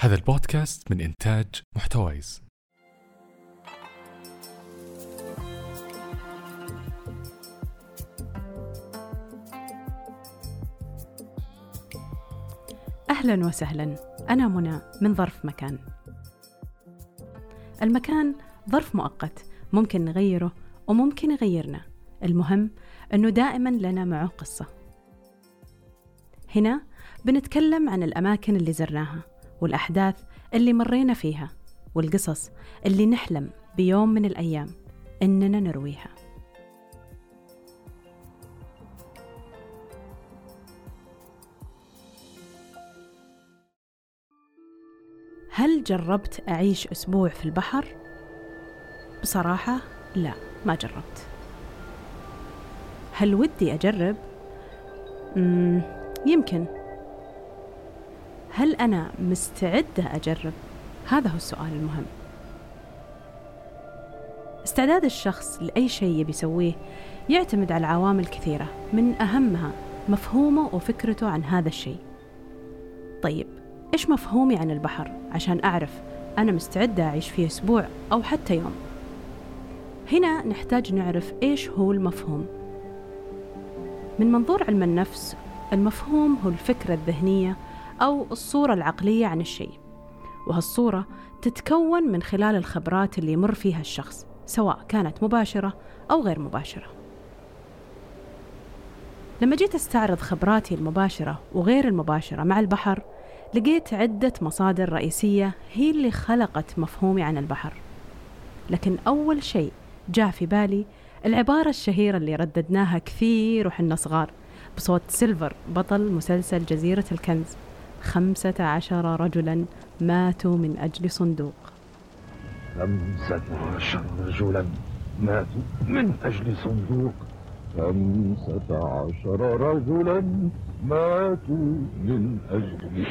هذا البودكاست من إنتاج محتويز. أهلا وسهلا، أنا منى من ظرف مكان. المكان ظرف مؤقت، ممكن نغيره وممكن يغيرنا، المهم أنه دائما لنا معه قصة. هنا بنتكلم عن الأماكن اللي زرناها والأحداث اللي مرينا فيها والقصص اللي نحلم بيوم من الأيام إننا نرويها. هل جربت أعيش أسبوع في البحر؟ بصراحة لا، ما جربت. هل ودي أجرب؟ يمكن. هل أنا مستعدة أجرب؟ هذا هو السؤال المهم. استعداد الشخص لأي شيء يبي يسويه يعتمد على عوامل كثيرة، من أهمها مفهومه وفكرته عن هذا الشيء. طيب، إيش مفهومي عن البحر عشان أعرف أنا مستعدة أعيش فيه أسبوع أو حتى يوم؟ هنا نحتاج نعرف إيش هو المفهوم. من منظور علم النفس، المفهوم هو الفكرة الذهنية أو الصورة العقلية عن الشيء، وهالصورة تتكون من خلال الخبرات اللي يمر فيها الشخص، سواء كانت مباشرة أو غير مباشرة. لما جيت أستعرض خبراتي المباشرة وغير المباشرة مع البحر، لقيت عدة مصادر رئيسية هي اللي خلقت مفهومي عن البحر. لكن أول شيء جاء في بالي العبارة الشهيرة اللي رددناها كثير وحنا صغار بصوت سيلفر، بطل مسلسل جزيرة الكنز: 15 رجلا ماتوا من أجل صندوق. 15 رجلا ماتوا من أجل صندوق. 15 رجلا ماتوا من أجل.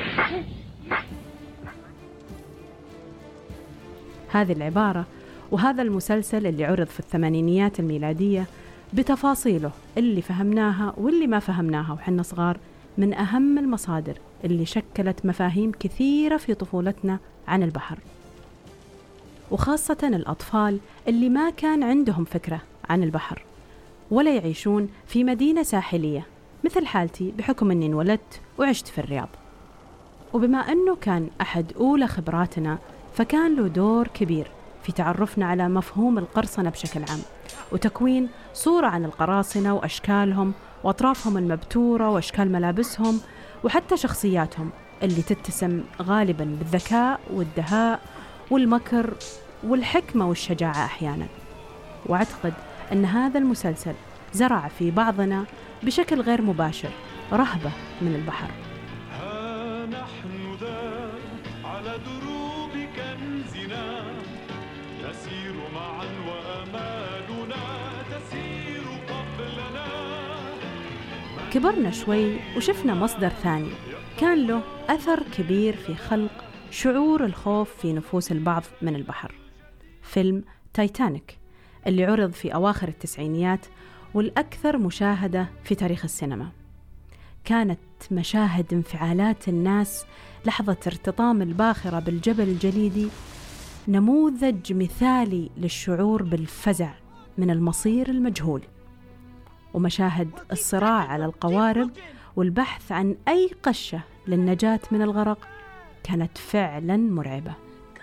هذه العبارة وهذا المسلسل اللي عرض في الثمانينيات الميلادية بتفاصيله اللي فهمناها واللي ما فهمناها وحنا صغار، من أهم المصادر اللي شكلت مفاهيم كثيرة في طفولتنا عن البحر، وخاصة الأطفال اللي ما كان عندهم فكرة عن البحر ولا يعيشون في مدينة ساحلية مثل حالتي، بحكم أني انولدت وعشت في الرياض. وبما أنه كان أحد أولى خبراتنا، فكان له دور كبير في تعرفنا على مفهوم القرصنة بشكل عام، وتكوين صورة عن القراصنة وأشكالهم وأطرافهم المبتورة وأشكال ملابسهم وحتى شخصياتهم اللي تتسم غالباً بالذكاء والدهاء والمكر والحكمة والشجاعة أحياناً. وأعتقد أن هذا المسلسل زرع في بعضنا بشكل غير مباشر رهبة من البحر. ها نحن ذا على دروب كنزنا نسير معا وأمالنا تسير قبلنا. كبرنا شوي وشفنا مصدر ثاني كان له أثر كبير في خلق شعور الخوف في نفوس البعض من البحر: فيلم تايتانيك اللي عرض في أواخر التسعينيات والأكثر مشاهدة في تاريخ السينما. كانت مشاهد انفعالات الناس لحظة ارتطام الباخرة بالجبل الجليدي نموذج مثالي للشعور بالفزع من المصير المجهول، ومشاهد الصراع على القوارب والبحث عن أي قشة للنجاة من الغرق كانت فعلا مرعبة.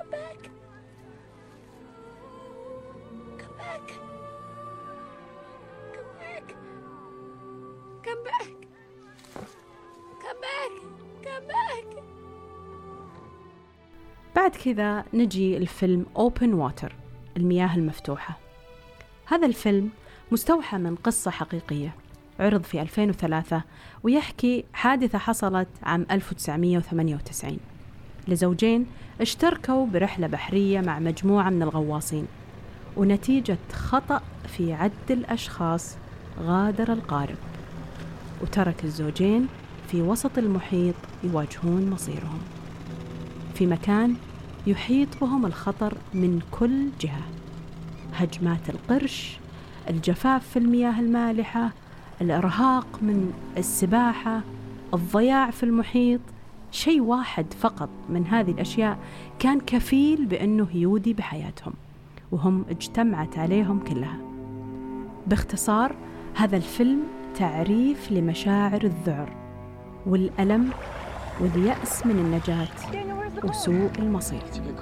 بعد كذا نجي الفيلم Open Water، المياه المفتوحة. هذا الفيلم مستوحى من قصة حقيقية، عرض في 2003 ويحكي حادثة حصلت عام 1998 لزوجين اشتركوا برحلة بحرية مع مجموعة من الغواصين، ونتيجة خطأ في عد الأشخاص غادر القارب وترك الزوجين في وسط المحيط يواجهون مصيرهم في مكان يحيط بهم الخطر من كل جهة: هجمات القرش، الجفاف في المياه المالحة، الإرهاق من السباحة، الضياع في المحيط، شيء واحد فقط من هذه الأشياء كان كفيل بأنه يودي بحياتهم، وهم اجتمعت عليهم كلها. باختصار، هذا الفيلم تعريف لمشاعر الذعر والألم واليأس من النجاة وسوء المصير.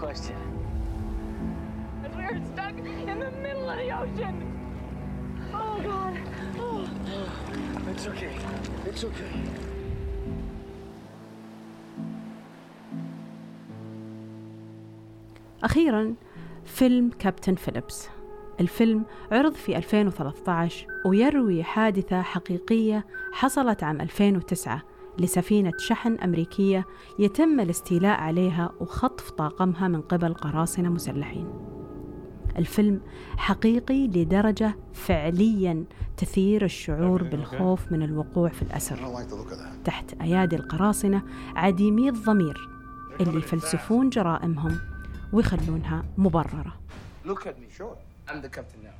أخيراً، فيلم كابتن فيليبس. الفيلم عرض في 2013 ويروي حادثة حقيقية حصلت عام 2009 لسفينة شحن أمريكية يتم الاستيلاء عليها وخطف طاقمها من قبل قراصنة مسلحين. الفيلم حقيقي لدرجة فعلياً تثير الشعور بالخوف من الوقوع في الأسر تحت أيادي القراصنة عديمي الضمير اللي يفلسفون جرائمهم ويخلونها مبررة. Look at me, sure. I'm the captain now.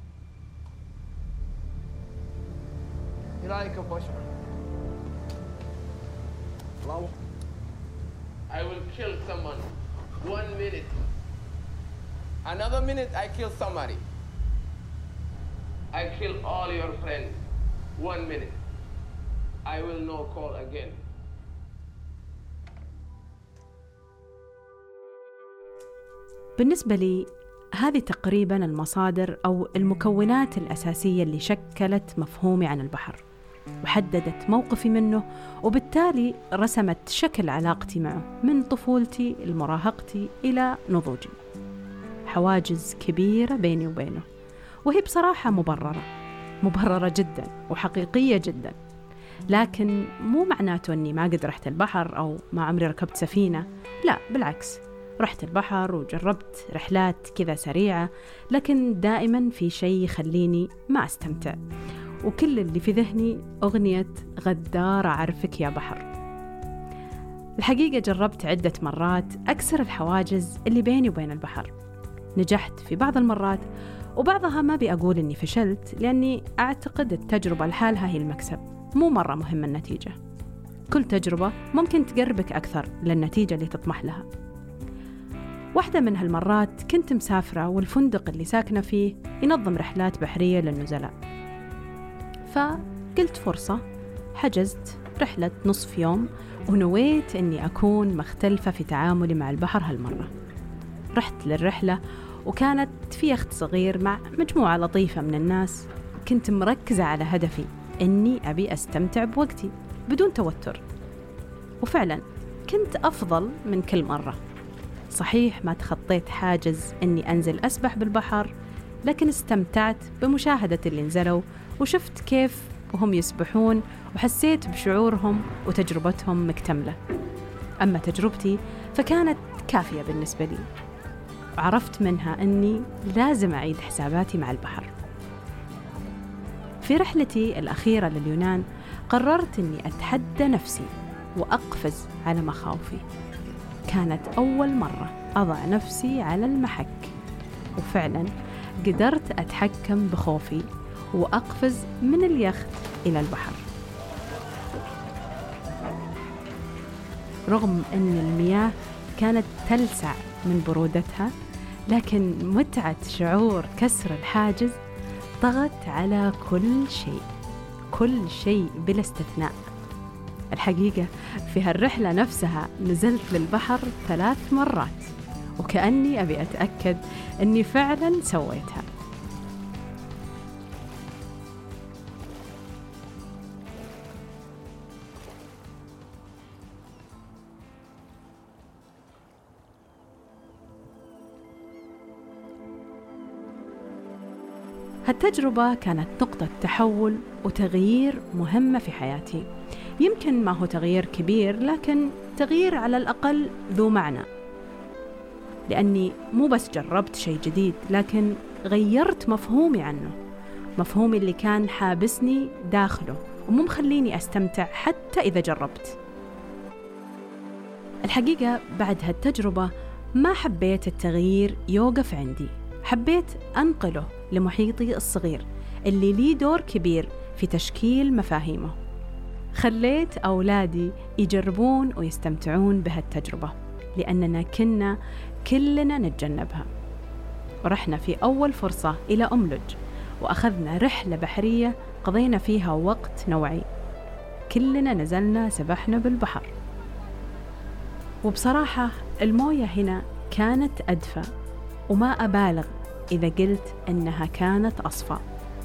You like a boyfriend? Hello? I will kill someone. 1 minute. Another minute, I kill somebody. I kill all your friends. 1 minute. I will no call again. بالنسبة لي، هذه تقريباً المصادر أو المكونات الأساسية اللي شكلت مفهومي عن البحر وحددت موقفي منه، وبالتالي رسمت شكل علاقتي معه من طفولتي لمراهقتي إلى نضوجي. حواجز كبيرة بيني وبينه، وهي بصراحة مبررة جداً وحقيقية جداً. لكن مو معناته أني ما قد رحت البحر أو ما عمري ركبت سفينة، لا بالعكس، رحت البحر وجربت رحلات كذا سريعة، لكن دائما في شيء يخليني ما أستمتع، وكل اللي في ذهني أغنية غدار أعرفك يا بحر. الحقيقة جربت عدة مرات أكسر الحواجز اللي بيني وبين البحر. نجحت في بعض المرات، وبعضها ما بيقول إني فشلت، لأني أعتقد التجربة لحالها هي المكسب، مو مرة مهم النتيجة. كل تجربة ممكن تقربك أكثر للنتيجة اللي تطمح لها. واحدة من هالمرات كنت مسافرة، والفندق اللي ساكنة فيه ينظم رحلات بحرية للنزلاء، فقلت فرصة، حجزت رحلة نصف يوم ونويت أني أكون مختلفة في تعاملي مع البحر هالمرة. رحت للرحلة وكانت في يخت صغير مع مجموعة لطيفة من الناس. كنت مركزة على هدفي، أني أبي أستمتع بوقتي بدون توتر، وفعلا كنت أفضل من كل مرة. صحيح ما تخطيت حاجز أني أنزل أسبح بالبحر، لكن استمتعت بمشاهدة اللي نزلوا وشفت كيف وهم يسبحون، وحسيت بشعورهم وتجربتهم مكتملة. أما تجربتي فكانت كافية بالنسبة لي، وعرفت منها أني لازم أعيد حساباتي مع البحر. في رحلتي الأخيرة لليونان قررت أني أتحدى نفسي وأقفز على مخاوفي. كانت أول مرة أضع نفسي على المحك، وفعلاً قدرت أتحكم بخوفي وأقفز من اليخت إلى البحر. رغم أن المياه كانت تلسع من برودتها، لكن متعة شعور كسر الحاجز طغت على كل شيء بلا استثناء. الحقيقة في هالرحلة نفسها نزلت للبحر 3 مرات، وكأني أبي أتأكد أني فعلا سويتها. هالتجربة كانت نقطة تحول وتغيير مهمة في حياتي. يمكن ما هو تغيير كبير، لكن تغيير على الأقل ذو معنى، لأني مو بس جربت شيء جديد، لكن غيرت مفهومي عنه، مفهومي اللي كان حابسني داخله ومو مخليني أستمتع حتى إذا جربت. الحقيقة بعد هالتجربة ما حبيت التغيير يوقف عندي، حبيت أنقله لمحيطي الصغير اللي ليه دور كبير في تشكيل مفاهيمه. خليت أولادي يجربون ويستمتعون بهالتجربة، لأننا كنا كلنا نتجنبها. ورحنا في أول فرصة إلى أملج، وأخذنا رحلة بحرية قضينا فيها وقت نوعي، كلنا نزلنا سبحنا بالبحر. وبصراحة الموية هنا كانت أدفى، وما أبالغ إذا قلت أنها كانت أصفى.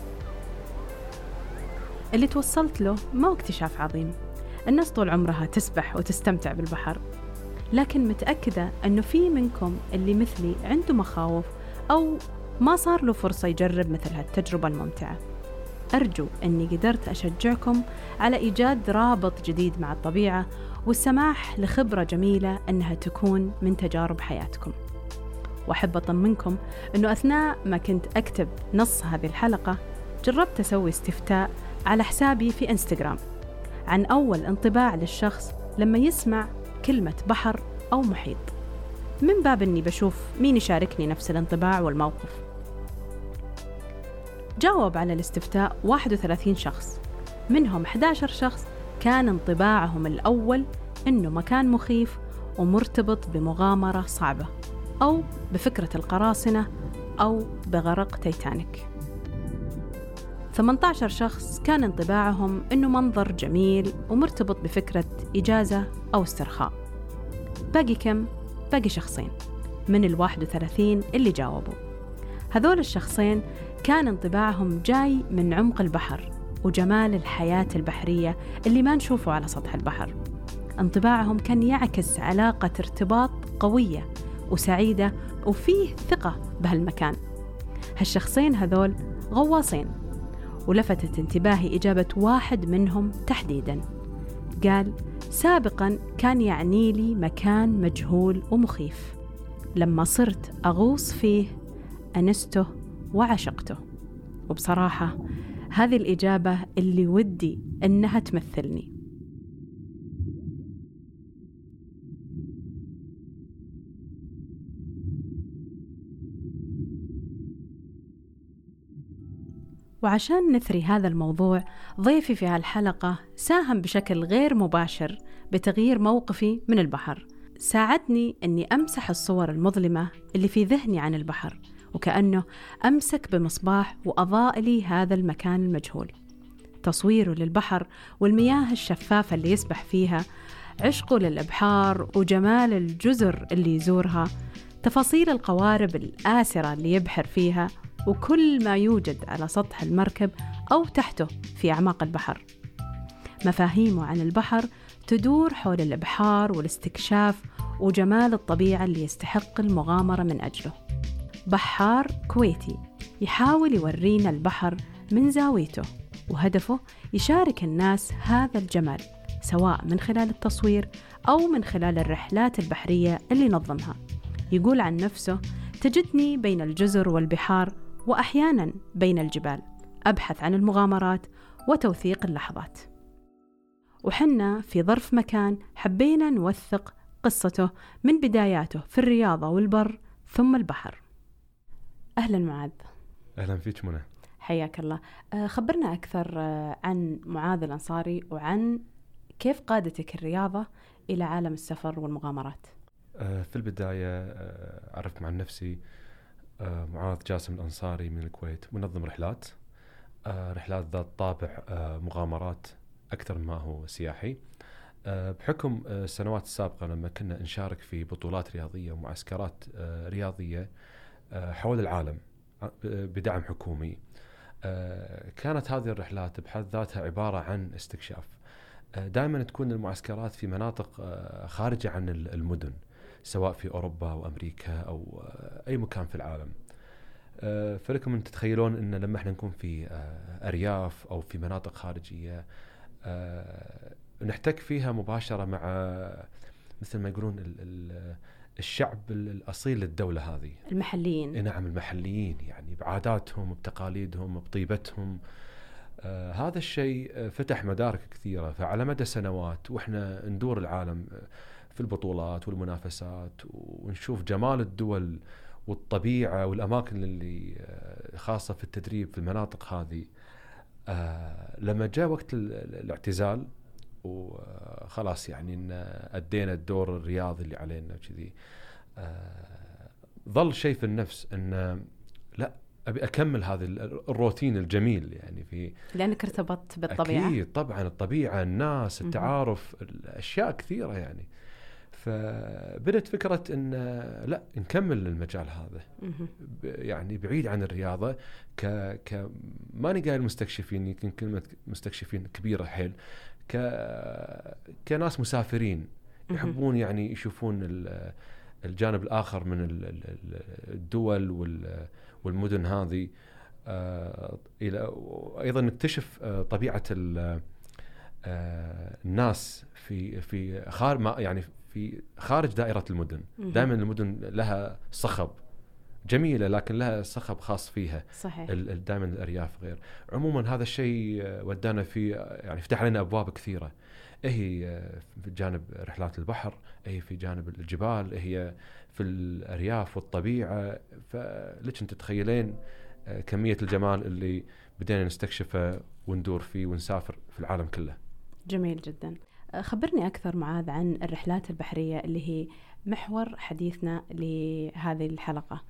اللي توصلت له ما اكتشاف عظيم، الناس طول عمرها تسبح وتستمتع بالبحر، لكن متأكدة أنه في منكم اللي مثلي عنده مخاوف أو ما صار له فرصة يجرب مثل هالتجربة الممتعة. أرجو أني قدرت أشجعكم على إيجاد رابط جديد مع الطبيعة والسماح لخبرة جميلة أنها تكون من تجارب حياتكم. وأحب أطمنكم أنه أثناء ما كنت أكتب نص هذه الحلقة جربت أسوي استفتاء على حسابي في إنستغرام عن أول انطباع للشخص لما يسمع كلمة بحر أو محيط، من باب أني بشوف مين يشاركني نفس الانطباع والموقف. جاوب على الاستفتاء 31 شخص، منهم 11 شخص كان انطباعهم الأول أنه مكان مخيف ومرتبط بمغامرة صعبة أو بفكرة القراصنة أو بغرق تيتانيك. 18 شخص كان انطباعهم أنه منظر جميل ومرتبط بفكرة إجازة أو استرخاء. باقي كم؟ باقي شخصين من 31 اللي جاوبوا. هذول الشخصين كان انطباعهم جاي من عمق البحر وجمال الحياة البحرية اللي ما نشوفه على سطح البحر. انطباعهم كان يعكس علاقة ارتباط قوية وسعيدة وفيه ثقة بهالمكان. هالشخصين هذول غواصين، ولفتت انتباهي إجابة واحد منهم تحديداً. قال: سابقاً كان يعني لي مكان مجهول ومخيف، لما صرت أغوص فيه أنسته وعشقته. وبصراحة هذه الإجابة اللي ودي أنها تمثلني. وعشان نثري هذا الموضوع، ضيفي في هالحلقة ساهم بشكل غير مباشر بتغيير موقفي من البحر. ساعدني أني أمسح الصور المظلمة اللي في ذهني عن البحر، وكأنه أمسك بمصباح وأضاء لي هذا المكان المجهول. تصويره للبحر والمياه الشفافة اللي يسبح فيها، عشقه للأبحار وجمال الجزر اللي يزورها، تفاصيل القوارب الآسرة اللي يبحر فيها، وكل ما يوجد على سطح المركب أو تحته في أعماق البحر. مفاهيمه عن البحر تدور حول الإبحار والاستكشاف وجمال الطبيعة اللي يستحق المغامرة من أجله. بحار كويتي يحاول يورينا البحر من زاويته، وهدفه يشارك الناس هذا الجمال، سواء من خلال التصوير أو من خلال الرحلات البحرية اللي نظمها. يقول عن نفسه: تجدني بين الجزر والبحار، وأحياناً بين الجبال، أبحث عن المغامرات وتوثيق اللحظات. وحنا في ظرف مكان حبينا نوثق قصته من بداياته في الرياضة والبر ثم البحر. أهلاً معاذ. أهلاً فيك منى. حياك الله. خبرنا أكثر عن معاذ الأنصاري وعن كيف قادتك الرياضة إلى عالم السفر والمغامرات. في البداية عرفت عن نفسي معاذ جاسم الأنصاري من الكويت، منظم رحلات ذات طابع مغامرات أكثر ما هو سياحي. بحكم السنوات السابقة لما كنا نشارك في بطولات رياضية ومعسكرات رياضية حول العالم بدعم حكومي، كانت هذه الرحلات بحد ذاتها عبارة عن استكشاف. دائما تكون المعسكرات في مناطق خارجة عن المدن، سواء في أوروبا أو أمريكا أو أي مكان في العالم. فلكم أن تتخيلون أن لما احنا نكون في أرياف أو في مناطق خارجية نحتك فيها مباشرة مع مثل ما يقولون الشعب الأصيل للدولة هذه، المحليين. نعم، المحليين، يعني بعاداتهم بتقاليدهم بطيبتهم. هذا الشيء فتح مدارك كثيرة. فعلى مدى سنوات وإحنا ندور العالم في البطولات والمنافسات ونشوف جمال الدول والطبيعة والأماكن اللي خاصة في التدريب في المناطق هذه، لما جاء وقت الاعتزال وخلاص يعني إن أدينا الدور الرياضي اللي علينا وكذي. ظل شيء في النفس إن لا أبي أكمل هذا الروتين الجميل يعني في لأنك ارتبطت بالطبيعة. أكيد طبعا الطبيعة، الناس، التعارف، الأشياء كثيرة يعني. فبدت فكرة إن لا نكمل المجال هذا يعني بعيد عن الرياضة ماني قايل مستكشفين، يمكن كلمة مستكشفين كبيرة حيل، كناس مسافرين يحبون يعني يشوفون الجانب الآخر من الدول والمدن هذه، إلى أيضا نكتشف طبيعة الناس في خارج دائرة المدن. دائما المدن لها صخب جميلة لكن لها صخب خاص فيها. صحيح. دائما الأرياف غير. عموما هذا الشيء ودانا في يعني فتح علينا أبواب كثيرة، هي في جانب رحلات البحر، هي في جانب الجبال، هي في الأرياف والطبيعة. فليش أنت تتخيلين كمية الجمال اللي بدينا نستكشفه وندور فيه ونسافر في العالم كله. جميل جدا. خبرني أكثر معاذ عن الرحلات البحرية اللي هي محور حديثنا لهذه الحلقة.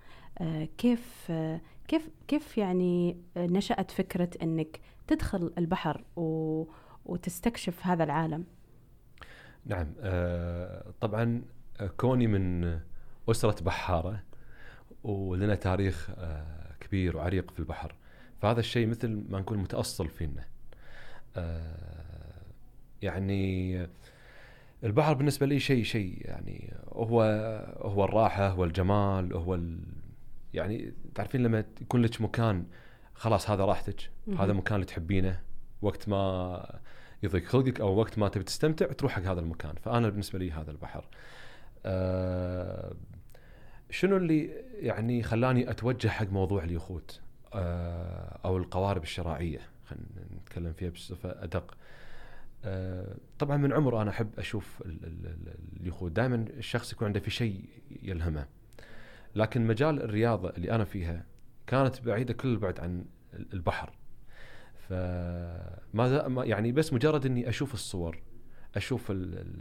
كيف يعني نشأت فكرة أنك تدخل البحر وتستكشف هذا العالم؟ نعم، طبعا كوني من أسرة بحارة ولنا تاريخ كبير وعريق في البحر، فهذا الشيء مثل ما نقول متأصل فينا. يعني البحر بالنسبة لي شيء يعني هو الراحة، هو الجمال، هو يعني تعرفين لما يكون لك مكان خلاص هذا راحتك، هذا مكان اللي تحبينه، وقت ما يضيق خلقك أو وقت ما تبي تستمتع تروح حق هذا المكان. فأنا بالنسبة لي هذا البحر. شنو اللي يعني خلاني أتوجه حق موضوع اليخوت أو القوارب الشراعية، خلينا نتكلم فيها بصفة أدق. طبعا من عمر أنا أحب أشوف اليخوت، دائما الشخص يكون عنده في شيء يلهمه، لكن مجال الرياضة اللي أنا فيها كانت بعيدة كل البعد عن البحر. فما يعني بس مجرد إني أشوف الصور، أشوف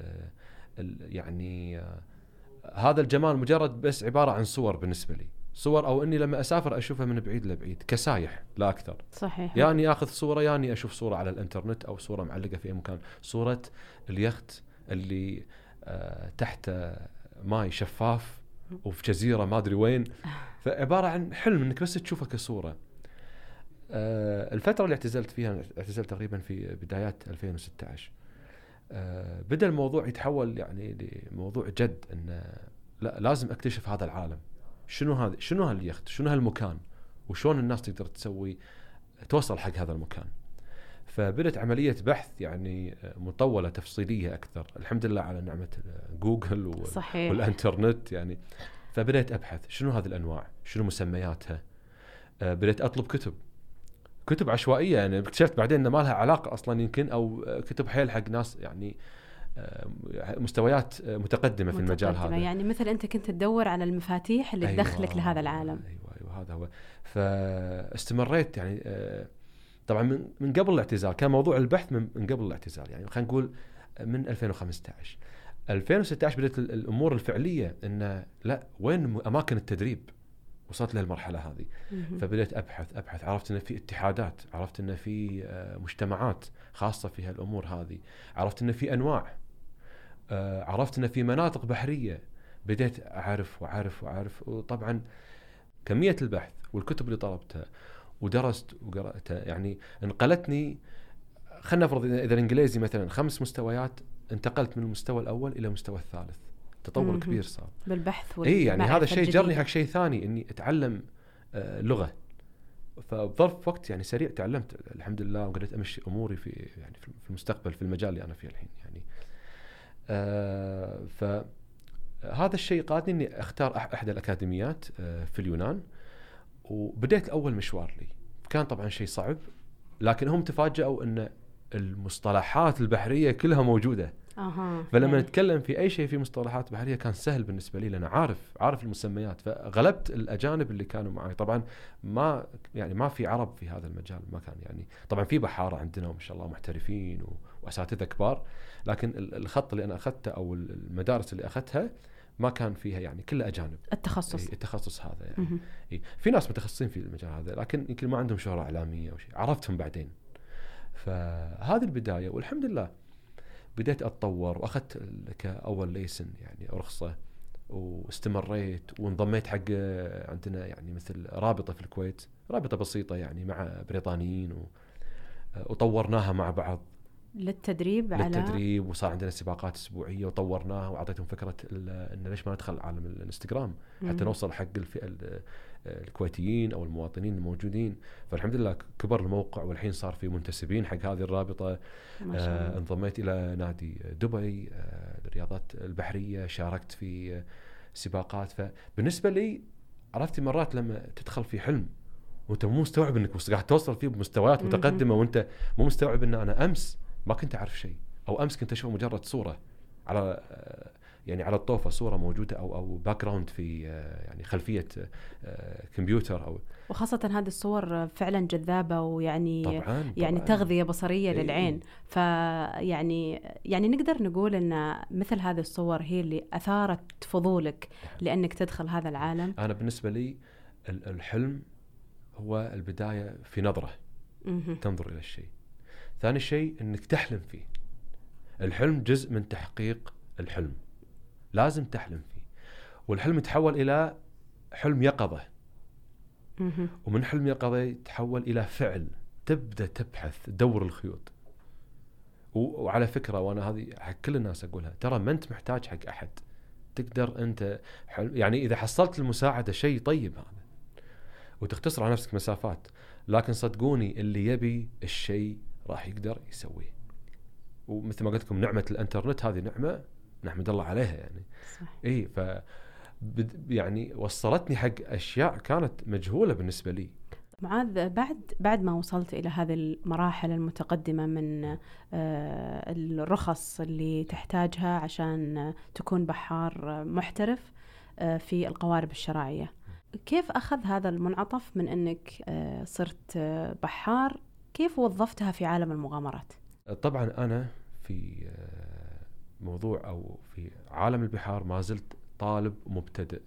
يعني هذا الجمال مجرد بس عبارة عن صور بالنسبة لي، صور، أو إني لما أسافر أشوفها من بعيد لبعيد كسايح لا أكثر. صحيح. يعني أخذ صورة، يعني أشوف صورة على الإنترنت أو صورة معلقة في أي مكان، صورة اليخت اللي تحت ماء شفاف وفي جزيرة ما أدري وين، فعبارة عن حلم إنك بس تشوفه كصورة. الفترة اللي اعتزلت فيها، اعتزلت تقريبا في بدايات 2016. بدأ الموضوع يتحول يعني لموضوع جد، إن لا لازم أكتشف هذا العالم، شنو هاليخت، شنو هالمكان، وشون الناس تقدر توصل حق هذا المكان. فبدأت عملية بحث يعني مطولة تفصيلية أكثر، الحمد لله على نعمة جوجل والإنترنت يعني. فبدأت أبحث شنو هذه الأنواع، شنو مسمياتها. بدأت أطلب كتب عشوائية، يعني اكتشفت بعدين إن ما لها علاقة أصلاً يمكن، أو كتب حيل حق ناس يعني مستويات متقدمة في المجال هذا. يعني مثل أنت كنت تدور على المفاتيح اللي تدخلك لهذا العالم. أيوة هذا هو. فاستمريت يعني طبعا من قبل الاعتزال، كان موضوع البحث من قبل الاعتزال، يعني خلينا نقول من 2015. 2016 بدأت الأمور الفعلية، إن لا وين أماكن التدريب، وصلت للمرحلة هذه. فبدأت أبحث، عرفت إن في اتحادات، عرفت إن في مجتمعات خاصة في هالأمور هذه، عرفت إن في أنواع، عرفت إن في مناطق بحرية. بدأت أعرف. وطبعا كمية البحث والكتب اللي طلبتها ودرست وقرأتها يعني انقلتني. خلنا نفرض إذا الإنجليزي مثلا 5 مستويات، انتقلت من المستوى الأول إلى المستوى الثالث. تطور كبير صار بالبحث يعني هذا الشيء جرني حق شيء ثاني، إني أتعلم لغة. فبظرف وقت يعني سريع تعلمت الحمد لله، وقدرت أمشي أموري في المستقبل في المجال اللي أنا فيه الحين يعني. فهذا الشيء قادني إني أختار أحد الأكاديميات في اليونان، وبدأت أول مشوار لي. كان طبعا شيء صعب، لكن هم تفاجأوا أن المصطلحات البحرية كلها موجودة. فلما نتكلم في أي شيء في مصطلحات بحرية كان سهل بالنسبة لي، لأن عارف المسميات. فغلبت الأجانب اللي كانوا معي. طبعا ما في عرب في هذا المجال، ما كان يعني. طبعا في بحارة عندنا وما شاء الله محترفين واساتذه كبار، لكن الخط اللي انا اخذته او المدارس اللي اخذتها ما كان فيها يعني كلها اجانب. التخصص هذا يعني في ناس متخصصين في المجال هذا لكن يمكن ما عندهم شهرة اعلاميه او شيء، عرفتهم بعدين. فهذه البدايه، والحمد لله بديت اتطور واخذت كاول ليسن يعني رخصه، واستمريت وانضميت حق عندنا يعني مثل رابطه في الكويت، رابطه بسيطه يعني مع بريطانيين وطورناها مع بعض للتدريب وصار عندنا سباقات اسبوعيه وطورناها وعطيتهم فكره ان ليش ما ندخل عالم الانستغرام حتى نوصل حق الفئه الكويتيين او المواطنين الموجودين. فالحمد لله كبر الموقع والحين صار في منتسبين حق هذه الرابطه. انضميت الى نادي دبي للرياضات البحريه، شاركت في سباقات. فبالنسبه لي عرفتي مرات لما تدخل في حلم وانت مو مستوعب انك قاعد توصل فيه بمستويات متقدمه وانت مو مستوعب ان انا امس ما كنت اعرف شيء، او امس كنت اشوف مجرد صوره على يعني على الطوفه، صوره موجوده او باك جراوند في يعني خلفيه كمبيوتر او. وخاصه هذه الصور فعلا جذابه ويعني طبعاً. يعني تغذيه بصريه للعين. فيعني نقدر نقول ان مثل هذه الصور هي اللي اثارت فضولك لانك تدخل هذا العالم. انا بالنسبه لي الحلم هو البدايه في نظره تنظر الى الشيء. ثاني شيء انك تحلم فيه. الحلم جزء من تحقيق الحلم، لازم تحلم فيه، والحلم يتحول الى حلم يقظه، ومن حلم يقظه يتحول الى فعل، تبدا تبحث تدور الخيوط. وعلى فكره وانا هذه حق كل الناس اقولها، ترى ما انت محتاج حق احد، تقدر انت يعني اذا حصلت المساعده شيء طيب هذا وتختصر على نفسك مسافات، لكن صدقوني اللي يبي الشيء راح يقدر يسويه. ومثل ما قلت لكم نعمة الانترنت هذه نعمة نحمد الله عليها يعني. صح. يعني وصلتني حق أشياء كانت مجهولة بالنسبة لي. معاذ، بعد ما وصلت إلى هذه المراحل المتقدمة من الرخص اللي تحتاجها عشان تكون بحار محترف في القوارب الشراعية، كيف أخذ هذا المنعطف من أنك صرت بحار؟ كيف وظفتها في عالم المغامرات؟ طبعا أنا في موضوع أو في عالم البحار ما زلت طالب مبتدئ،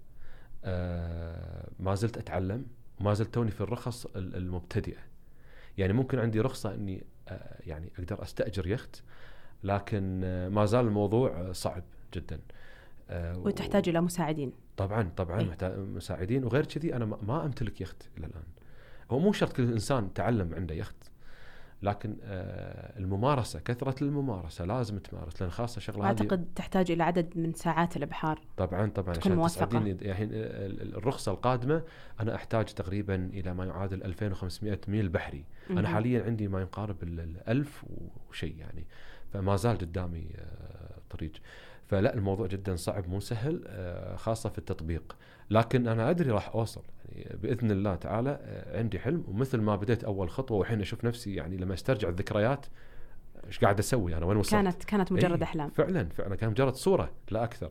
ما زلت أتعلم، وما زلت توني في الرخص المبتدئة. يعني ممكن عندي رخصة أني يعني أقدر أستأجر يخت، لكن ما زال الموضوع صعب جدا وتحتاج إلى مساعدين. طبعا محتاج مساعدين، وغير كذي أنا ما أمتلك يخت إلى الآن. هو مو شرط كل إنسان تعلم عنده يخت، لكن الممارسة، كثرة الممارسة لازم تمارس، لأن خاصة شغلة أعتقد تحتاج إلى عدد من ساعات الإبحار. طبعا عشان تسعدين. يعني الرخصة القادمة أنا أحتاج تقريبا إلى ما يعادل 2500 ميل بحري. أنا حاليا عندي ما يقارب 1000 وشيء يعني، فما زال قدامي طريق. فلا الموضوع جدا صعب مو سهل، خاصة في التطبيق، لكن أنا أدري راح أوصل يعني بإذن الله تعالى. عندي حلم، ومثل ما بديت أول خطوة وحين أشوف نفسي يعني لما استرجع الذكريات إيش قاعد أسوي أنا، وين وصلت. كانت مجرد أحلام فعلا كانت مجرد صورة لا أكثر.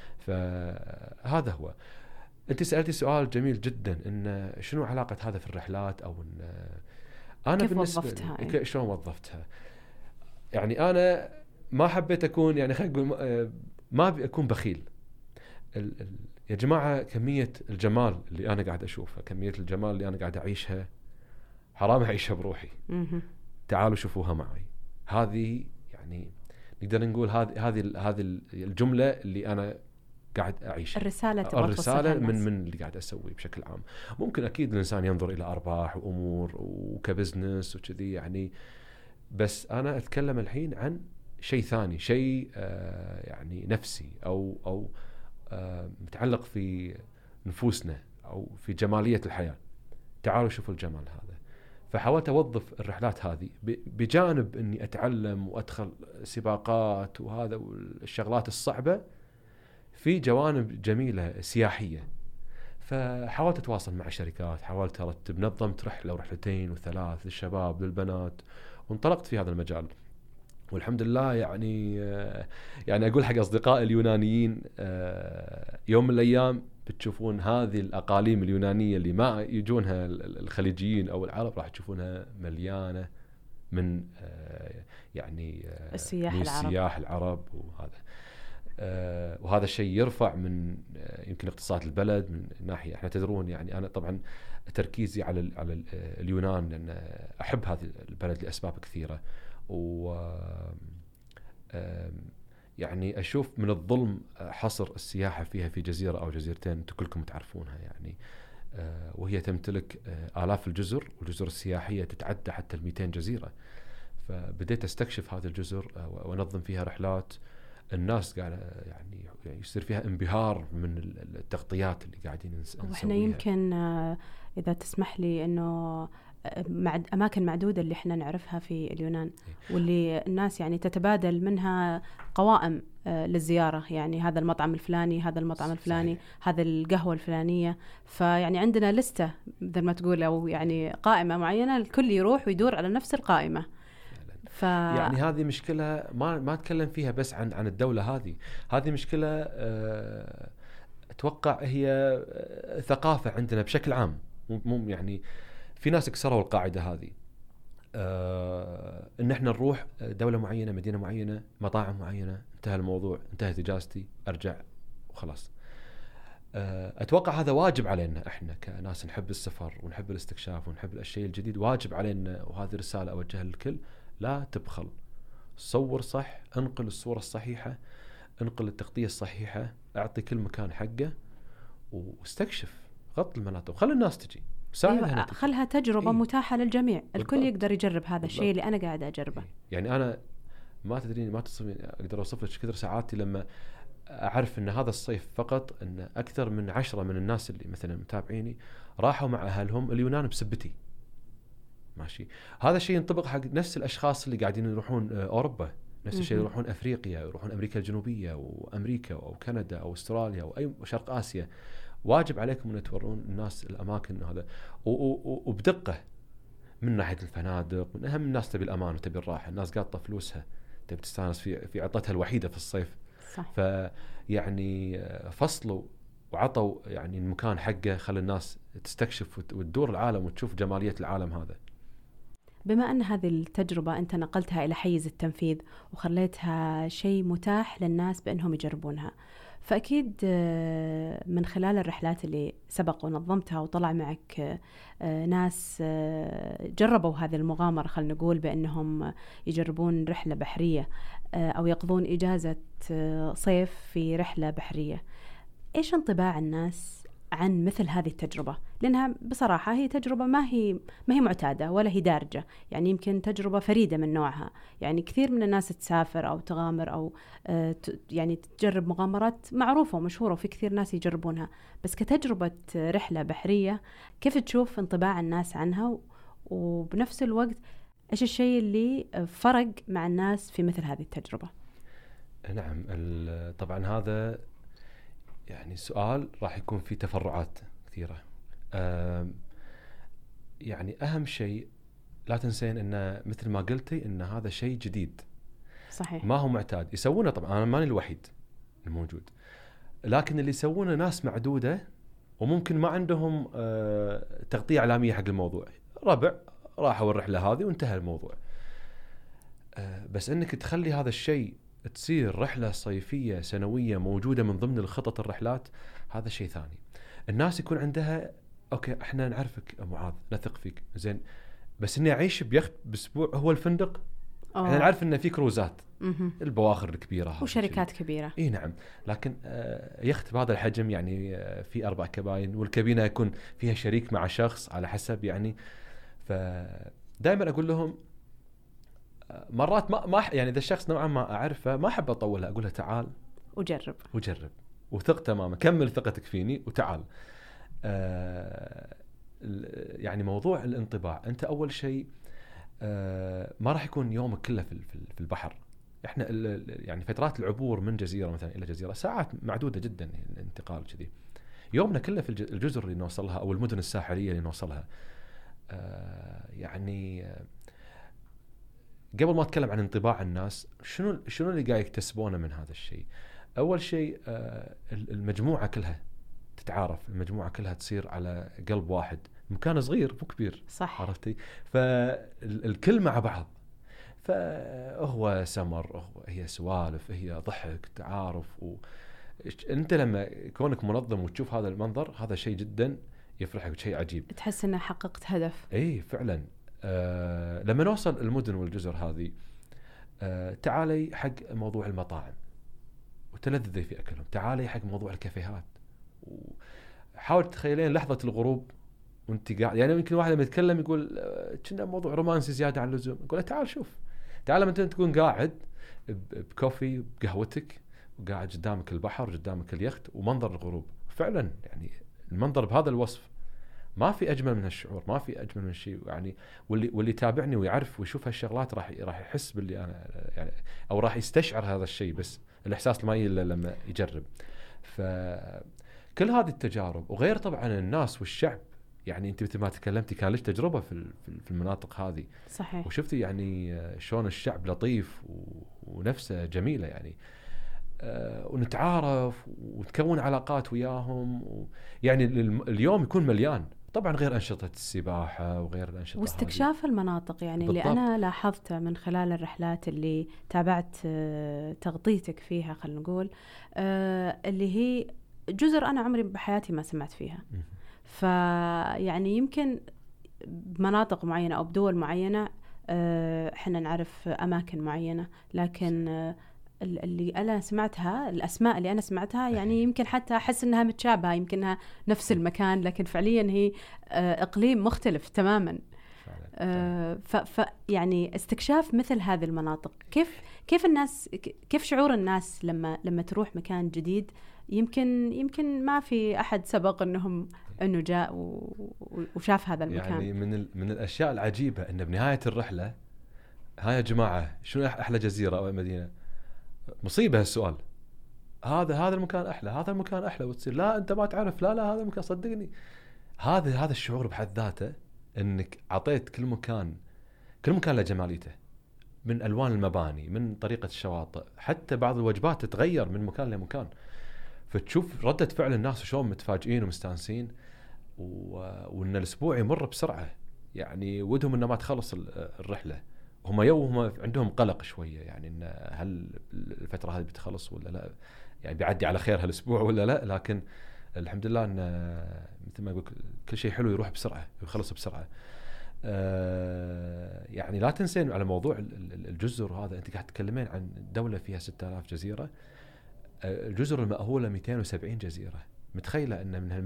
فهذا هو. أنت سألتي سؤال جميل جدا، إن شنو علاقة هذا في الرحلات، أو إن أنا كيف بالنسبة وظفتها؟ شلون وظفتها؟ يعني أنا ما حبيت أكون يعني خلينا نقول ما أبي أكون بخيل. يا جماعة كمية الجمال اللي أنا قاعد أشوفها، كمية الجمال اللي أنا قاعد أعيشها، حرام أعيشها بروحي. تعالوا شوفوها معي. هذه يعني نقدر نقول هذه الجملة اللي أنا قاعد أعيشها. الرسالة من اللي قاعد أسوي بشكل عام. ممكن أكيد الإنسان ينظر إلى أرباح وأمور وكبزنس وكذي يعني، بس أنا أتكلم الحين عن شيء ثاني، شيء يعني نفسي أو متعلق في نفوسنا أو في جمالية الحياة. تعالوا شوفوا الجمال هذا. فحاولت أوظف الرحلات هذه بجانب أني أتعلم وأدخل سباقات وهذا والشغلات الصعبة في جوانب جميلة سياحية. فحاولت أتواصل مع شركات، حاولت أرتب، نظمت رحلة ورحلتين وثلاث للشباب للبنات، وانطلقت في هذا المجال. والحمد لله يعني أقول حق أصدقائي اليونانيين، يوم من الأيام بتشوفون هذه الأقاليم اليونانية اللي ما يجونها الخليجيين أو العرب، راح تشوفونها مليانة من يعني السياح العرب وهذا الشيء يرفع من يمكن اقتصاد البلد من ناحية. احنا تدرون يعني أنا طبعا تركيزي على اليونان لأن أحب هذه البلد لأسباب كثيرة، و يعني أشوف من الظلم حصر السياحة فيها في جزيرة أو جزيرتين أنتم كلكم تعرفونها يعني، وهي تمتلك آلاف الجزر، والجزر السياحية تتعدى حتى 200 جزيرة. فبديت أستكشف هذه الجزر وأنظم فيها رحلات. الناس قاعدة يعني يصير فيها انبهار من التغطيات اللي قاعدين نسويها. وإحنا يمكن إذا تسمح لي إنه أماكن معدودة اللي إحنا نعرفها في اليونان، واللي الناس يعني تتبادل منها قوائم للزيارة، يعني هذا المطعم الفلاني، هذا المطعم الفلاني، هذا القهوة الفلانية. فيعني عندنا لستة مثل ما تقول، أو يعني قائمة معينة الكل يروح ويدور على نفس القائمة. يعني هذه مشكلة ما أتكلم فيها بس عن الدولة، هذه مشكلة أتوقع هي ثقافة عندنا بشكل عام. مو يعني في ناس كسروا القاعدة هذه، إن إحنا نروح دولة معينة، مدينة معينة، مطاعم معينة، انتهى الموضوع، انتهت إجازتي، أرجع وخلاص. أتوقع هذا واجب علينا إحنا كناس نحب السفر ونحب الاستكشاف ونحب الشيء الجديد، واجب علينا. وهذه رسالة أوجهها للكل: لا تبخل، صور صح، انقل الصورة الصحيحة، انقل التغطية الصحيحة، أعطي كل مكان حقه، واستكشف، غط المناطق وخلي الناس تجي. أيوة، خلها تجربة متاحة للجميع. الكل يقدر يجرب هذا الشيء اللي أنا قاعدة أجربه. يعني أنا ما تدرين، ما تصفين أقدر أوصف لك كثر ساعاتي لما أعرف أن هذا الصيف فقط أن أكثر من 10 من الناس اللي مثلا متابعيني راحوا مع أهلهم اليونان بسبتي. ماشي، هذا الشيء ينطبق حق نفس الأشخاص اللي قاعدين يروحون أوروبا، نفس الشيء يروحون أفريقيا، يروحون أمريكا الجنوبية وأمريكا أو كندا أو أستراليا أو أي شرق آسيا. واجب عليكم أن تورون الناس الأماكن هذا وبدقة، من ناحية الفنادق. من أهم الناس تبي الأمان وتبي الراحة، الناس قاطة فلوسها تبي تستانس في عطتها الوحيدة في الصيف. صح. فيعني فصلوا وعطوا يعني المكان حقه، خلي الناس تستكشف وتدور العالم وتشوف جمالية العالم هذا. بما أن هذه التجربة أنت نقلتها إلى حيز التنفيذ وخليتها شيء متاح للناس بأنهم يجربونها، فأكيد من خلال الرحلات اللي سبق ونظمتها وطلع معك ناس جربوا هذه المغامرة، خلنا نقول بأنهم يجربون رحلة بحرية أو يقضون إجازة صيف في رحلة بحرية، إيش انطباع الناس عن مثل هذه التجربة؟ لأنها بصراحة هي تجربة ما هي معتادة ولا هي دارجة، يعني يمكن تجربة فريدة من نوعها. يعني كثير من الناس تسافر أو تغامر أو يعني تجرب مغامرات معروفة ومشهورة وفي كثير ناس يجربونها، بس كتجربة رحلة بحرية كيف تشوف انطباع الناس عنها؟ وبنفس الوقت إيش الشيء اللي فرق مع الناس في مثل هذه التجربة؟ نعم، طبعا هذا يعني سؤال راح يكون فيه تفرعات كثيرة. يعني أهم شيء لا تنسين إن مثل ما قلتي إن هذا شيء جديد. صحيح. ما هو معتاد يسوونه. طبعا أنا ماني الوحيد الموجود، لكن اللي يسوونه ناس معدودة وممكن ما عندهم تغطية إعلامية حق الموضوع. ربع راحوا الرحلة هذه وانتهى الموضوع. بس إنك تخلي هذا الشيء تصير رحلة صيفية سنوية موجودة من ضمن الخطط الرحلات، هذا شيء ثاني. الناس يكون عندها أوكي إحنا نعرفك معاذ، نثق فيك، زين، بس إني أعيش بيخت بأسبوع هو الفندق. إحنا نعرف إن في كروزات، البواخر الكبيرة وشركات كبيرة. إيه نعم، لكن يخت بهذا الحجم يعني في 4 كباين، والكابينة يكون فيها شريك مع شخص على حسب يعني. فدائما أقول لهم مرات ما يعني إذا الشخص نوعا ما أعرفه ما أحب أطولها، أقولها تعال وجرب وثق تماما، كمل ثقتك فيني وتعال. يعني موضوع الانطباع، أنت أول شيء ما راح يكون يومك كله في البحر. إحنا يعني فترات العبور من جزيرة مثلا إلى جزيرة ساعات معدودة جدا، الانتقال كذي. يومنا كله في الجزر اللي نوصلها أو المدن الساحلية اللي نوصلها. يعني قبل ما أتكلم عن انطباع الناس، شنو اللي قاعد يكتسبونه من هذا الشيء؟ أول شيء المجموعة كلها تتعارف، المجموعة كلها تصير على قلب واحد. مكان صغير مو كبير، صح، عرفتي؟ فالكل مع بعض، فهو سمر، هي سوالف، هي ضحك، تعارف. انت لما كونك منظم وتشوف هذا المنظر، هذا شيء جدا يفرحك، شيء عجيب، تحس انه حققت هدف. اي فعلا. لما نوصل المدن والجزر هذه، تعالي حق موضوع المطاعم وتلذذي في اكلهم، تعالي حق موضوع الكافيهات، وحاول تتخيلين لحظه الغروب وانت قاعد. يعني يمكن واحد لما يتكلم يقول كنا موضوع رومانسي زياده عن اللزوم، يقول تعال شوف، تعال لما تكون قاعد بكوفي بقهوتك وقاعد قدامك البحر قدامك اليخت ومنظر الغروب، فعلا يعني المنظر بهذا الوصف ما في اجمل من هالشعور، ما في اجمل من شيء يعني. واللي يتابعني ويعرف ويشوف هالشغلات راح يحس باللي انا يعني، او راح يستشعر هذا الشيء، بس الاحساس ما يجي لما يجرب. فكل هذه التجارب، وغير طبعا الناس والشعب. يعني انت مثل ما تكلمتي كان لك تجربه في المناطق هذه، صحيح، وشفتي يعني شلون الشعب لطيف ونفسه جميله يعني. ونتعارف وتكون علاقات وياهم، يعني اليوم يكون مليان طبعا، غير أنشطة السباحة وغير الأنشطة واستكشاف المناطق. يعني بالضبط. اللي أنا لاحظته من خلال الرحلات اللي تابعت تغطيتك فيها، خلينا نقول اللي هي جزر أنا عمري بحياتي ما سمعت فيها. فيعني يمكن بمناطق معينة أو بدول معينة احنا نعرف أماكن معينة، لكن اللي أنا سمعتها، الأسماء اللي أنا سمعتها يعني يمكن حتى أحس أنها متشابهة، يمكنها نفس المكان، لكن فعليا هي إقليم مختلف تماما. يعني استكشاف مثل هذه المناطق، كيف الناس، كيف شعور الناس لما تروح مكان جديد؟ يمكن ما في أحد سبق أنه جاء وشاف هذا المكان. يعني من الأشياء العجيبة أن بنهاية الرحلة هاي يا جماعة شنو أحلى جزيرة أو مدينة؟ مصيبة السؤال. هذا المكان أحلى، هذا المكان أحلى، وتصير لا أنت ما تعرف، لا هذا المكان صدقني. هذا الشعور بحد ذاته، أنك عطيت كل مكان له جماليته، من ألوان المباني، من طريقة الشواطئ، حتى بعض الوجبات تتغير من مكان لمكان، فتشوف ردة فعل الناس وشون متفاجئين ومستانسين، وأن الأسبوع يمر بسرعة، يعني ودهم أنه ما تخلص الرحلة. هم عندهم قلق شوية، يعني إن هل الفترة هذه بتخلص ولا لا، يعني بيعدي على خير هالأسبوع ولا لا. لكن الحمد لله إن مثل ما أقول كل شيء حلو يروح بسرعة ويخلص بسرعة. يعني لا تنسين على موضوع الجزر هذا، أنت قاعد تتكلمين عن دولة فيها 6000 جزيرة. الجزر المأهولة 270 جزيرة. متخيلة أن من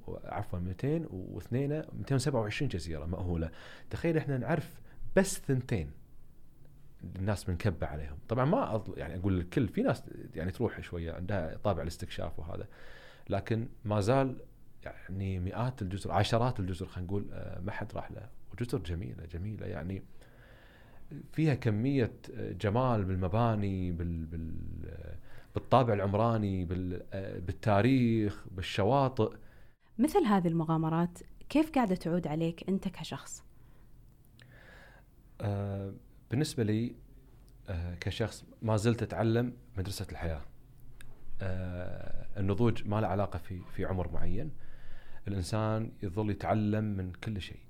227 جزيرة مأهولة. تخيل إحنا نعرف بس 2 الناس بنكبة عليهم. طبعا ما يعني أقول الكل، في ناس يعني تروح شوية عندها طابع الاستكشاف وهذا، لكن ما زال يعني مئات الجزر، عشرات الجزر خلينا نقول ما حد راح له، وجزر جميلة يعني فيها كمية جمال بالمباني، بالطابع العمراني، بالتاريخ، بالشواطئ. مثل هذه المغامرات كيف قاعدة تعود عليك أنت كشخص؟ بالنسبة لي كشخص ما زلت أتعلم مدرسة الحياة. النضوج ما له علاقة في عمر معين، الإنسان يظل يتعلم من كل شيء.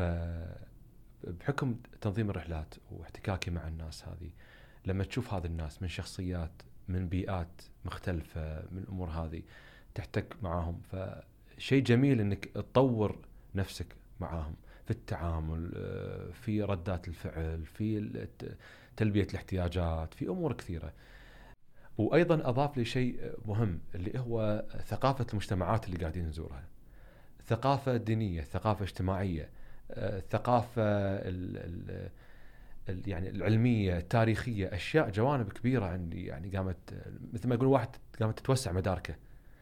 فبحكم تنظيم الرحلات واحتكاكي مع الناس هذه، لما تشوف هذه الناس من شخصيات، من بيئات مختلفة، من الأمور هذه تحتك معاهم، فشيء جميل إنك تطور نفسك معاهم في التعامل، في ردات الفعل، في تلبية الاحتياجات، في أمور كثيرة. وأيضا أضاف لي شيء مهم اللي هو ثقافة المجتمعات اللي قاعدين نزورها، ثقافة دينية، ثقافة اجتماعية، ثقافة يعني العلمية، التاريخية، أشياء جوانب كبيرة عندي يعني قامت مثل ما يقول واحد قامت تتوسع مداركه.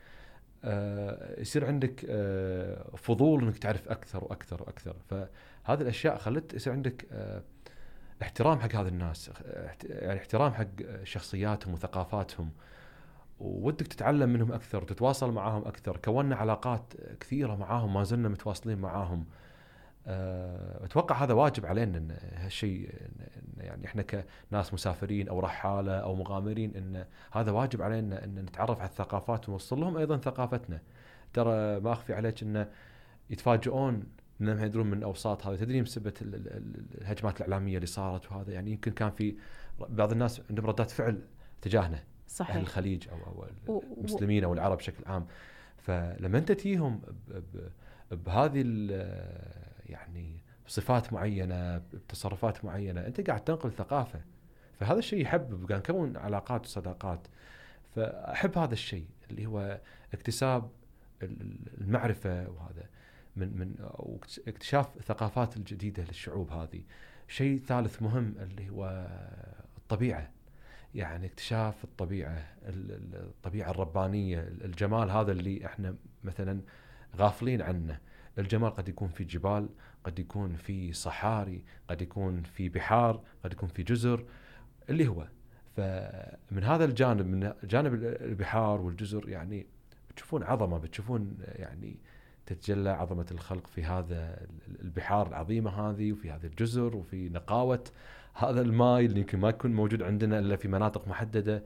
يصير عندك فضول انك تعرف اكثر واكثر واكثر. فهذه الاشياء خلت يصير عندك احترام حق هذه الناس، يعني احترام حق شخصياتهم وثقافاتهم، وودك تتعلم منهم اكثر وتتواصل معاهم اكثر. كوننا علاقات كثيره معاهم، ما زلنا متواصلين معاهم. اتوقع هذا واجب علينا، ان هالشيء يعني احنا كناس مسافرين او رحاله او مغامرين، ان هذا واجب علينا ان نتعرف على الثقافات ونوصل لهم ايضا ثقافتنا. ترى ما اخفي عليك ان يتفاجئون لأنهم يدرون من أوساط هذا. تدري بسبب الهجمات الإعلامية اللي صارت وهذا، يعني يمكن كان في بعض الناس عندهم ردات فعل تجاهنا، صحيح. أهل الخليج أو المسلمين أو العرب بشكل عام. فلما أنت تيهم بهذه يعني بصفات معينة، بتصرفات معينة، أنت قاعد تنقل ثقافة، فهذا الشيء يحبب، قاعد نكون علاقات وصداقات. فأحب هذا الشيء اللي هو اكتساب المعرفة، وهذا من اكتشاف الثقافات الجديدة للشعوب هذه. شيء ثالث مهم اللي هو الطبيعة، يعني اكتشاف الطبيعة الربانية، الجمال هذا اللي احنا مثلا غافلين عنه. الجمال قد يكون في جبال، قد يكون في صحاري، قد يكون في بحار، قد يكون في جزر، اللي هو فمن هذا الجانب، من جانب البحار والجزر، يعني بتشوفون عظمة، بتشوفون يعني تتجلى عظمة الخلق في هذا البحار العظيمة هذه، وفي هذه الجزر، وفي نقاوة هذا الماء اللي يمكن ما يكون موجود عندنا إلا في مناطق محددة.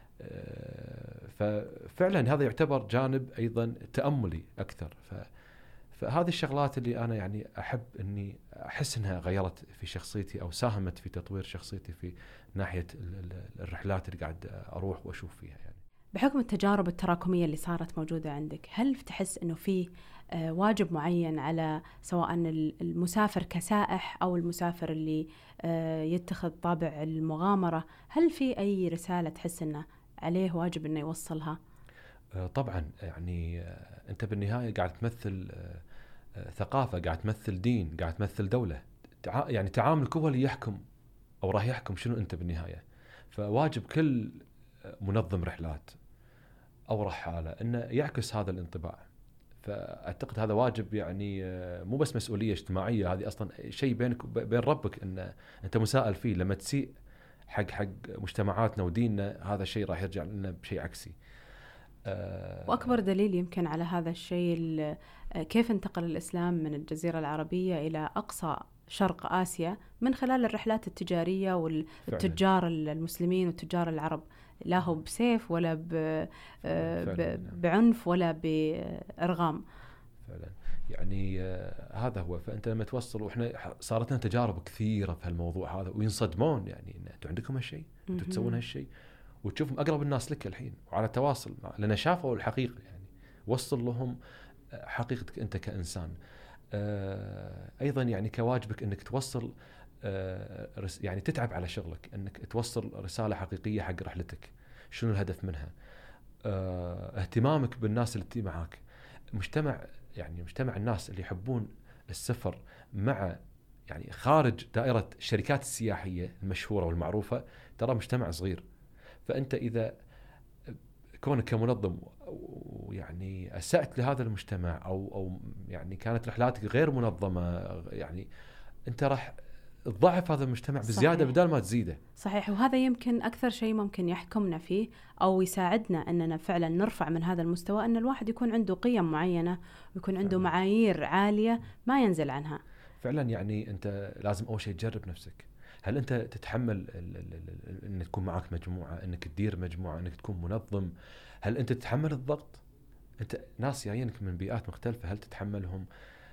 ففعلا هذا يعتبر جانب أيضا تأملي أكثر. فهذه الشغلات اللي أنا يعني أحب أني أحس أنها غيرت في شخصيتي أو ساهمت في تطوير شخصيتي في ناحية الرحلات اللي قاعد أروح وأشوف فيها. يعني بحكم التجارب التراكمية اللي صارت موجودة عندك، هل تحس أنه في واجب معين على سواء المسافر كسائح أو المسافر اللي يتخذ طابع المغامرة، هل في أي رسالة تحس أنه عليه واجب أنه يوصلها؟ طبعا، يعني أنت بالنهاية قاعد تمثل ثقافة، قاعد تمثل دين، قاعد تمثل دولة، يعني تعاملك هو اللي يحكم أو راح يحكم شنو أنت بالنهاية. فواجب كل منظم رحلات أو رحالة أنه يعكس هذا الانطباع. فأعتقد هذا واجب، يعني مو بس مسؤولية اجتماعية، هذه أصلا شيء بينك وبين ربك أن أنت مسائل فيه. لما تسيء حق مجتمعاتنا وديننا، هذا الشيء راح يرجع لنا بشيء عكسي. وأكبر دليل يمكن على هذا الشيء كيف انتقل الإسلام من الجزيرة العربية إلى أقصى شرق آسيا من خلال الرحلات التجارية والتجار المسلمين والتجار العرب، لا هو بسيف ولا بعنف ولا بإرغام. فعلا، يعني هذا هو. فأنت لما توصل، وإحنا صارت لنا تجارب كثيرة في هالموضوع هذا، وينصدمون يعني إن أنتوا عندكم هالشيء، أنتوا تسوون هالشيء، وتشوفهم أقرب الناس لك الحين وعلى تواصل لأن شافوا الحقيقة. يعني وصل لهم حقيقتك أنت كإنسان. أيضا يعني كواجبك أنك توصل، يعني تتعب على شغلك أنك توصل رسالة حقيقية حق رحلتك. شنو الهدف منها؟ اهتمامك بالناس اللي تي معاك. مجتمع الناس اللي يحبون السفر مع، يعني خارج دائرة الشركات السياحية المشهورة والمعروفة، ترى مجتمع صغير. فأنت إذا كونك كمنظم ويعني أسأت لهذا المجتمع أو يعني كانت رحلاتك غير منظمة، يعني أنت راح تضعف هذا المجتمع بزيادة بدل ما تزيده. صحيح. وهذا يمكن أكثر شيء ممكن يحكمنا فيه أو يساعدنا أننا فعلا نرفع من هذا المستوى، أن الواحد يكون عنده قيم معينة ويكون عنده معايير عالية ما ينزل عنها. فعلا، يعني أنت لازم أول شيء تجرب نفسك. هل أنت تتحمل أن تكون معك مجموعة، أنك تدير مجموعة، أنك تكون منظم؟ هل أنت تتحمل الضغط؟ أنت ناس جايينك من بيئات مختلفة، هل تتحملهم؟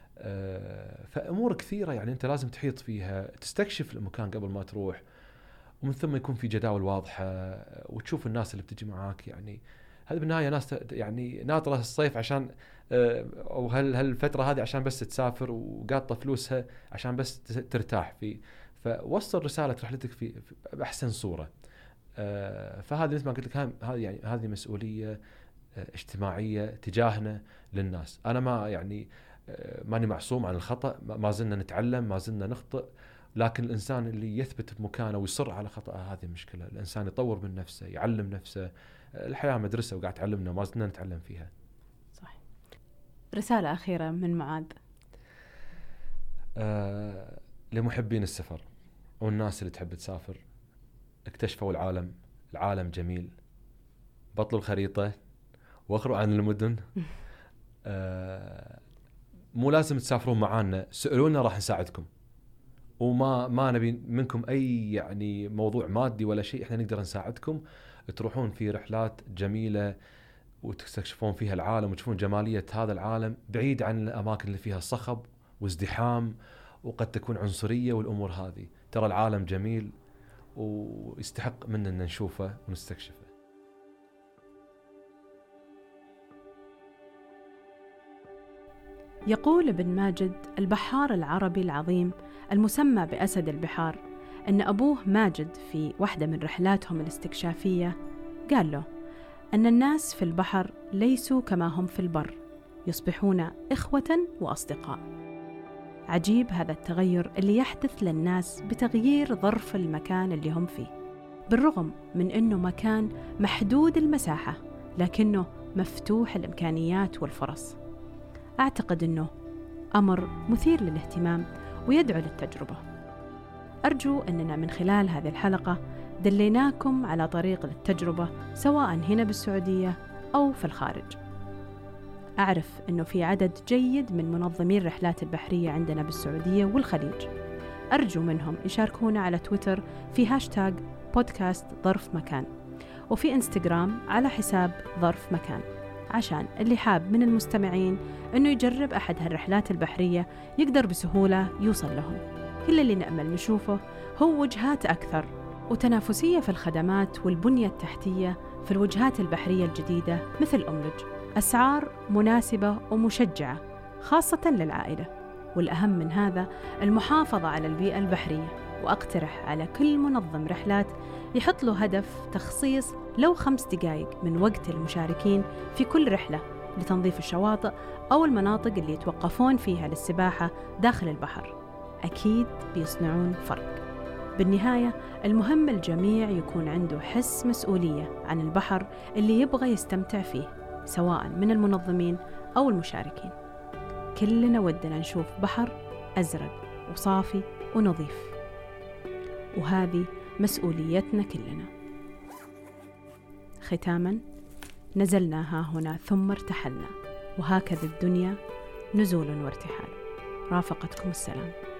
فأمور كثيرة يعني أنت لازم تحيط فيها، تستكشف المكان قبل ما تروح، ومن ثم يكون في جداول واضحة، وتشوف الناس اللي بتجي معاك. يعني هذه بالنهاية ناس يعني ناطرة الصيف عشان أو هالفترة هذه عشان بس تسافر، وقاطة فلوسها عشان بس ترتاح فيه. فوصل رسالة رحلتك في بأحسن صورة. فهذا مثل ما قلت لك، هذه مسؤولية اجتماعية تجاهنا للناس. أنا ما يعني ماني معصوم عن الخطأ، ما زلنا نتعلم، ما زلنا نخطئ، لكن الإنسان اللي يثبت بمكانه ويصر على خطأه هذه المشكلة. الإنسان يطور من نفسه، يعلم نفسه. الحياة مدرسة وقاعد تعلمنا، ما زلنا نتعلم فيها. صح. رسالة أخيرة من معاذ لمحبين السفر والناس اللي تحب تسافر. اكتشفوا العالم جميل. بطلوا الخريطة واخروا عن المدن. مو لازم تسافرون معانا، سألونا راح نساعدكم، وما نبي منكم أي يعني موضوع مادي ولا شيء. احنا نقدر نساعدكم تروحون في رحلات جميلة وتستكشفون فيها العالم وتشوفون جمالية هذا العالم بعيد عن الأماكن اللي فيها الصخب وازدحام وقد تكون عنصرية والأمور هذه. ترى العالم جميل ويستحق منا أن نشوفه ونستكشفه. يقول ابن ماجد البحار العربي العظيم المسمى بأسد البحار أن أبوه ماجد في واحدة من رحلاتهم الاستكشافية قال له أن الناس في البحر ليسوا كما هم في البر، يصبحون إخوة وأصدقاء. عجيب هذا التغير اللي يحدث للناس بتغيير ظرف المكان اللي هم فيه، بالرغم من أنه مكان محدود المساحة لكنه مفتوح الإمكانيات والفرص. أعتقد أنه أمر مثير للاهتمام ويدعو للتجربة. أرجو أننا من خلال هذه الحلقة دليناكم على طريق للتجربة سواء هنا بالسعودية أو في الخارج. أعرف أنه في عدد جيد من منظمين الرحلات البحرية عندنا بالسعودية والخليج، أرجو منهم يشاركونا على تويتر في هاشتاغ بودكاست ظرف مكان، وفي إنستغرام على حساب ظرف مكان، عشان اللي حاب من المستمعين أنه يجرب أحد هالرحلات البحرية يقدر بسهولة يوصل لهم. كل اللي نأمل نشوفه هو وجهات أكثر وتنافسية في الخدمات والبنية التحتية في الوجهات البحرية الجديدة مثل أملج، أسعار مناسبة ومشجعة خاصة للعائلة، والأهم من هذا المحافظة على البيئة البحرية. وأقترح على كل منظم رحلات يحط له هدف تخصيص لو 5 دقائق من وقت المشاركين في كل رحلة لتنظيف الشواطئ أو المناطق اللي يتوقفون فيها للسباحة داخل البحر. أكيد بيصنعون فرق. بالنهاية المهم الجميع يكون عنده حس مسؤولية عن البحر اللي يبغى يستمتع فيه، سواء من المنظمين أو المشاركين. كلنا ودنا نشوف بحر أزرق وصافي ونظيف، وهذه مسؤوليتنا كلنا. ختاماً، نزلنا ها هنا ثم ارتحلنا، وهكذا الدنيا نزول وارتحال. رافقتكم السلام.